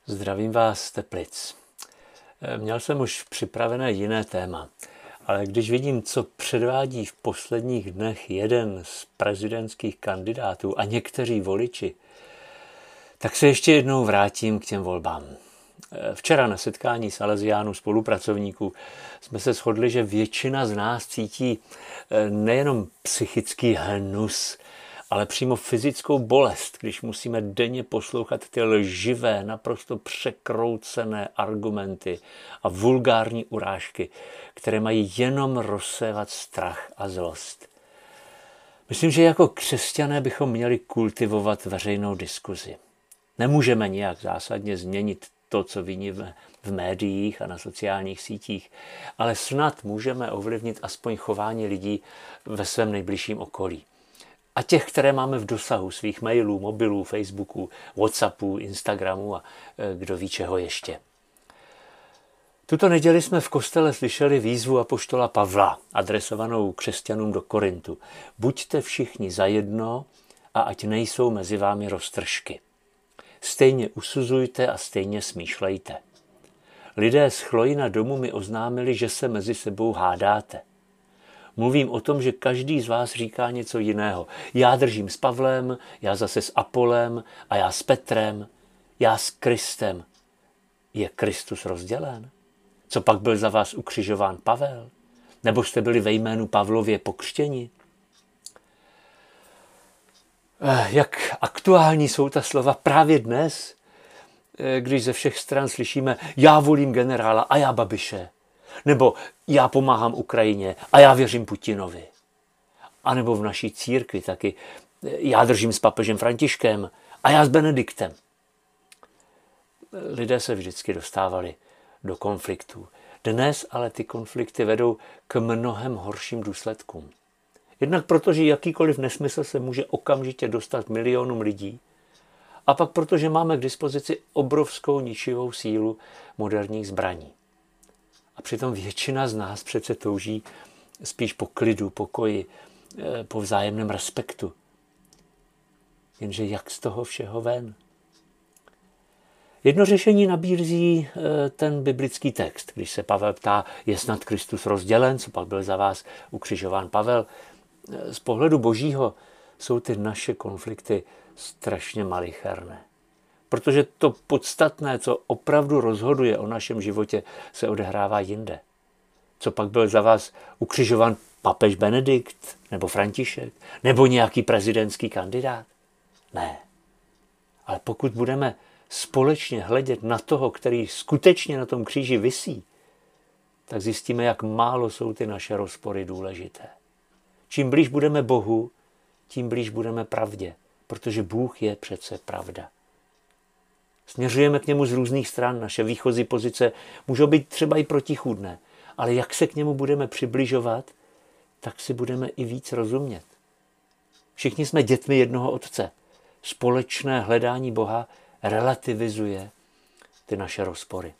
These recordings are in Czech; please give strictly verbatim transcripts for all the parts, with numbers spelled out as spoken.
Zdravím vás z Teplic. Měl jsem už připravené jiné téma, ale když vidím, co předvádí v posledních dnech jeden z prezidentských kandidátů a někteří voliči, tak se ještě jednou vrátím k těm volbám. Včera na setkání Salesiánů spolupracovníků jsme se shodli, že většina z nás cítí nejenom psychický hnus, ale přímo fyzickou bolest, když musíme denně poslouchat ty lživé, naprosto překroucené argumenty a vulgární urážky, které mají jenom rozsévat strach a zlost. Myslím, že jako křesťané bychom měli kultivovat veřejnou diskuzi. Nemůžeme nijak zásadně změnit to, co vidíme v médiích a na sociálních sítích, ale snad můžeme ovlivnit aspoň chování lidí ve svém nejbližším okolí. A těch, které máme v dosahu svých mailů, mobilů, Facebooků, Whatsappů, Instagramů a kdo ví čeho ještě. Tuto neděli jsme v kostele slyšeli výzvu apoštola Pavla, adresovanou křesťanům do Korintu. Buďte všichni zajedno a ať nejsou mezi vámi roztržky. Stejně usuzujte a stejně smýšlejte. Lidé z Chlojina domu mi oznámili, že se mezi sebou hádáte. Mluvím o tom, že každý z vás říká něco jiného. Já držím s Pavlem, já zase s Apolem a já s Petrem, já s Kristem. Je Kristus rozdělen? Co pak byl za vás ukřižován Pavel? Nebo jste byli ve jménu Pavlově pokřtěni? Jak aktuální jsou ta slova právě dnes, když ze všech stran slyšíme já volím generála a já Babiše. Nebo já pomáhám Ukrajině a já věřím Putinovi. A nebo v naší církvi taky já držím s papežem Františkem a já s Benediktem. Lidé se vždycky dostávali do konfliktů. Dnes ale ty konflikty vedou k mnohem horším důsledkům. Jednak protože jakýkoliv nesmysl se může okamžitě dostat milionům lidí, a pak protože máme k dispozici obrovskou ničivou sílu moderních zbraní. A přitom většina z nás přece touží spíš po klidu, pokoji, po vzájemném respektu. Jenže jak z toho všeho ven? Jedno řešení nabízí ten biblický text, když se Pavel ptá, je snad Kristus rozdělen, co pak byl za vás ukřižován Pavel. Z pohledu božího jsou ty naše konflikty strašně malicherné. Protože to podstatné, co opravdu rozhoduje o našem životě, se odehrává jinde. Co pak byl za vás ukřižován papež Benedikt, nebo František, nebo nějaký prezidentský kandidát? Ne. Ale pokud budeme společně hledět na toho, který skutečně na tom kříži visí, tak zjistíme, jak málo jsou ty naše rozpory důležité. Čím blíž budeme Bohu, tím blíž budeme pravdě, protože Bůh je přece pravda. Směřujeme k němu z různých stran, naše výchozí pozice můžou být třeba i protichůdné, ale jak se k němu budeme přibližovat, tak si budeme i víc rozumět. Všichni jsme dětmi jednoho Otce. Společné hledání Boha relativizuje ty naše rozpory.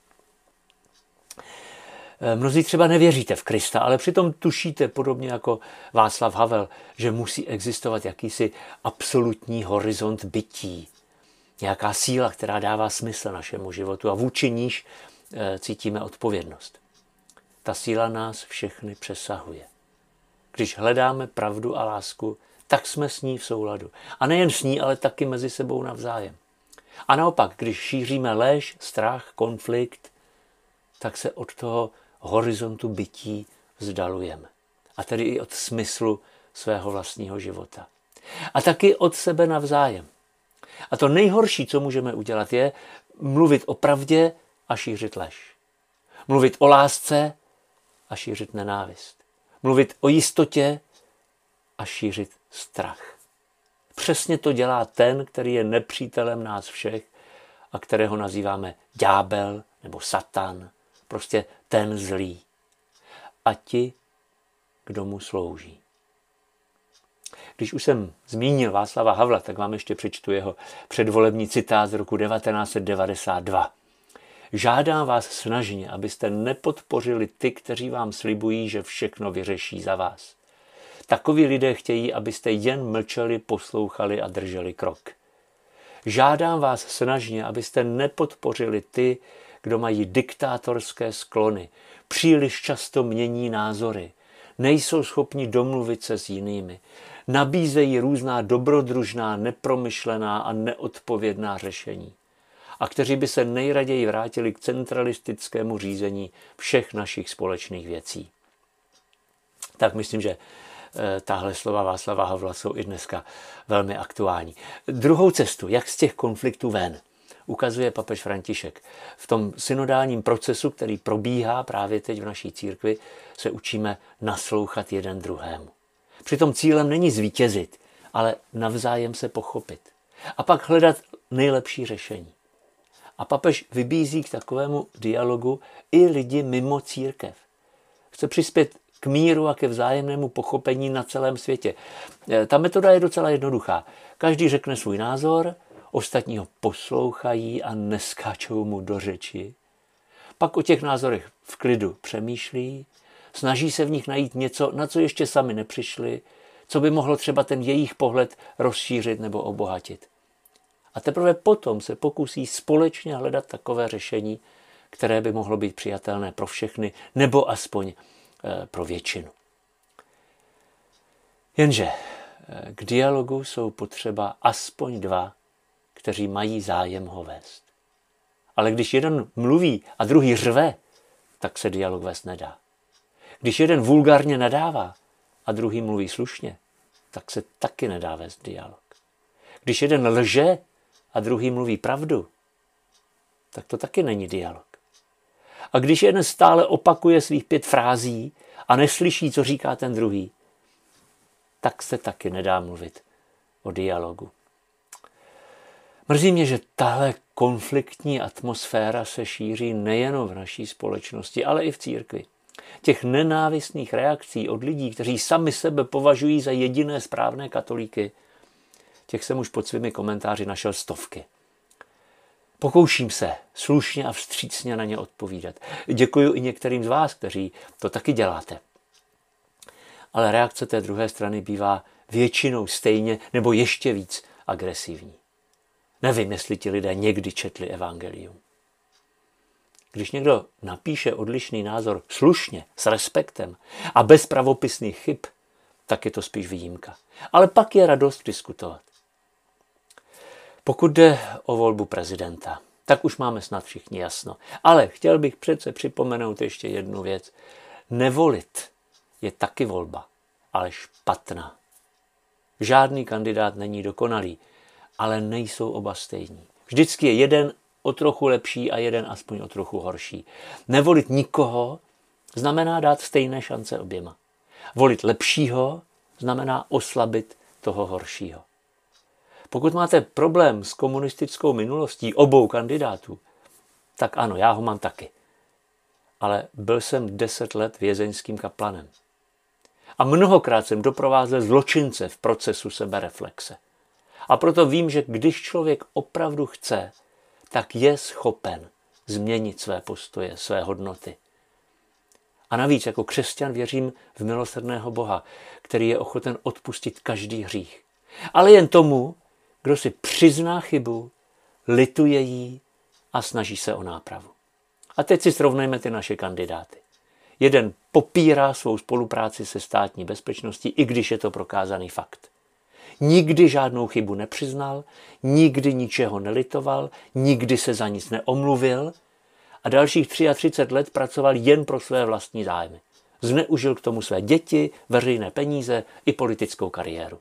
Mnozí třeba nevěříte v Krista, ale přitom tušíte, podobně jako Václav Havel, že musí existovat jakýsi absolutní horizont bytí. Nějaká síla, která dává smysl našemu životu a vůči níž cítíme odpovědnost. Ta síla nás všechny přesahuje. Když hledáme pravdu a lásku, tak jsme s ní v souladu. A nejen s ní, ale taky mezi sebou navzájem. A naopak, když šíříme lež, strach, konflikt, tak se od toho horizontu bytí vzdalujeme. A tedy i od smyslu svého vlastního života. A taky od sebe navzájem. A to nejhorší, co můžeme udělat, je mluvit o pravdě a šířit lež. Mluvit o lásce a šířit nenávist. Mluvit o jistotě a šířit strach. Přesně to dělá ten, který je nepřítelem nás všech a kterého nazýváme ďábel nebo satan, prostě ten zlý. A ti, kdo mu slouží. Když už jsem zmínil Václava Havla, tak vám ještě přečtu jeho předvolební citát z roku devatenáct set devadesát dva. Žádám vás snažně, abyste nepodpořili ty, kteří vám slibují, že všechno vyřeší za vás. Takoví lidé chtějí, abyste jen mlčeli, poslouchali a drželi krok. žádám vás snažně, abyste nepodpořili ty, kdo mají diktátorské sklony, příliš často mění názory, nejsou schopni domluvit se s jinými, nabízejí různá dobrodružná, nepromyšlená a neodpovědná řešení a kteří by se nejraději vrátili k centralistickému řízení všech našich společných věcí. Tak myslím, že tahle slova Václava Havla jsou i dneska velmi aktuální. Druhou cestu, jak z těch konfliktů ven, ukazuje papež František. V tom synodálním procesu, který probíhá právě teď v naší církvi, se učíme naslouchat jeden druhému. Přitom cílem není zvítězit, ale navzájem se pochopit. A pak hledat nejlepší řešení. A papež vybízí k takovému dialogu i lidi mimo církev. Chce přispět k míru a ke vzájemnému pochopení na celém světě. Ta metoda je docela jednoduchá. Každý řekne svůj názor, ostatní ho poslouchají a neskáčou mu do řeči. Pak o těch názorech v klidu přemýšlí, snaží se v nich najít něco, na co ještě sami nepřišli, co by mohlo třeba ten jejich pohled rozšířit nebo obohatit. A teprve potom se pokusí společně hledat takové řešení, které by mohlo být přijatelné pro všechny, nebo aspoň pro většinu. Jenže k dialogu jsou potřeba aspoň dva, kteří mají zájem ho vést. Ale když jeden mluví a druhý řve, tak se dialog vést nedá. Když jeden vulgárně nadává a druhý mluví slušně, tak se taky nedá vést dialog. Když jeden lže a druhý mluví pravdu, tak to taky není dialog. A když jeden stále opakuje svých pět frází a neslyší, co říká ten druhý, tak se taky nedá mluvit o dialogu. Mrzí mě, že tahle konfliktní atmosféra se šíří nejen v naší společnosti, ale i v církvi. Těch nenávistných reakcí od lidí, kteří sami sebe považují za jediné správné katolíky, těch jsem už pod svými komentáři našel stovky. Pokouším se slušně a vstřícně na ně odpovídat. Děkuji i některým z vás, kteří to taky děláte. Ale reakce té druhé strany bývá většinou stejně nebo ještě víc agresivní. Nevím, jestli ti lidé někdy četli evangelium. Když někdo napíše odlišný názor slušně, s respektem a bez pravopisných chyb, tak je to spíš výjimka. Ale pak je radost diskutovat. Pokud jde o volbu prezidenta, tak už máme snad všichni jasno. Ale chtěl bych přece připomenout ještě jednu věc. Nevolit je taky volba, ale špatná. Žádný kandidát není dokonalý, ale nejsou oba stejní. Vždycky je jeden o trochu lepší a jeden aspoň o trochu horší. Nevolit nikoho znamená dát stejné šance oběma. Volit lepšího znamená oslabit toho horšího. Pokud máte problém s komunistickou minulostí obou kandidátů, tak ano, já ho mám taky. Ale byl jsem deset let vězeňským kaplanem. A mnohokrát jsem doprovázel zločince v procesu sebereflexe. A proto vím, že když člověk opravdu chce, tak je schopen změnit své postoje, své hodnoty. A navíc jako křesťan věřím v milosrdného Boha, který je ochoten odpustit každý hřích. Ale jen tomu, kdo si přizná chybu, lituje jí a snaží se o nápravu. A teď si srovnejme ty naše kandidáty. Jeden popírá svou spolupráci se státní bezpečností, i když je to prokázaný fakt. Nikdy žádnou chybu nepřiznal, nikdy ničeho nelitoval, nikdy se za nic neomluvil a dalších třicet tři let pracoval jen pro své vlastní zájmy. Zneužil k tomu své děti, veřejné peníze i politickou kariéru.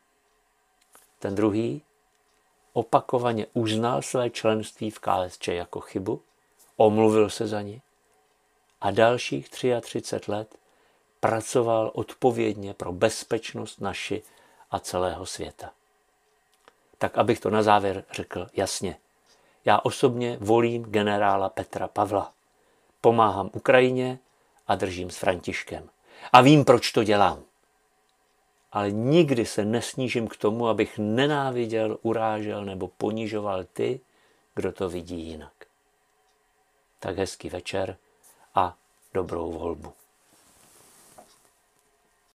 Ten druhý opakovaně uznal své členství v K S Č jako chybu, omluvil se za ní a dalších třicet tři let pracoval odpovědně pro bezpečnost naši a celého světa. Tak abych to na závěr řekl jasně. Já osobně volím generála Petra Pavla. Pomáhám Ukrajině a držím s Františkem. A vím, proč to dělám. Ale nikdy se nesnížím k tomu, abych nenáviděl, urážel nebo ponižoval ty, kdo to vidí jinak. Tak hezký večer a dobrou volbu.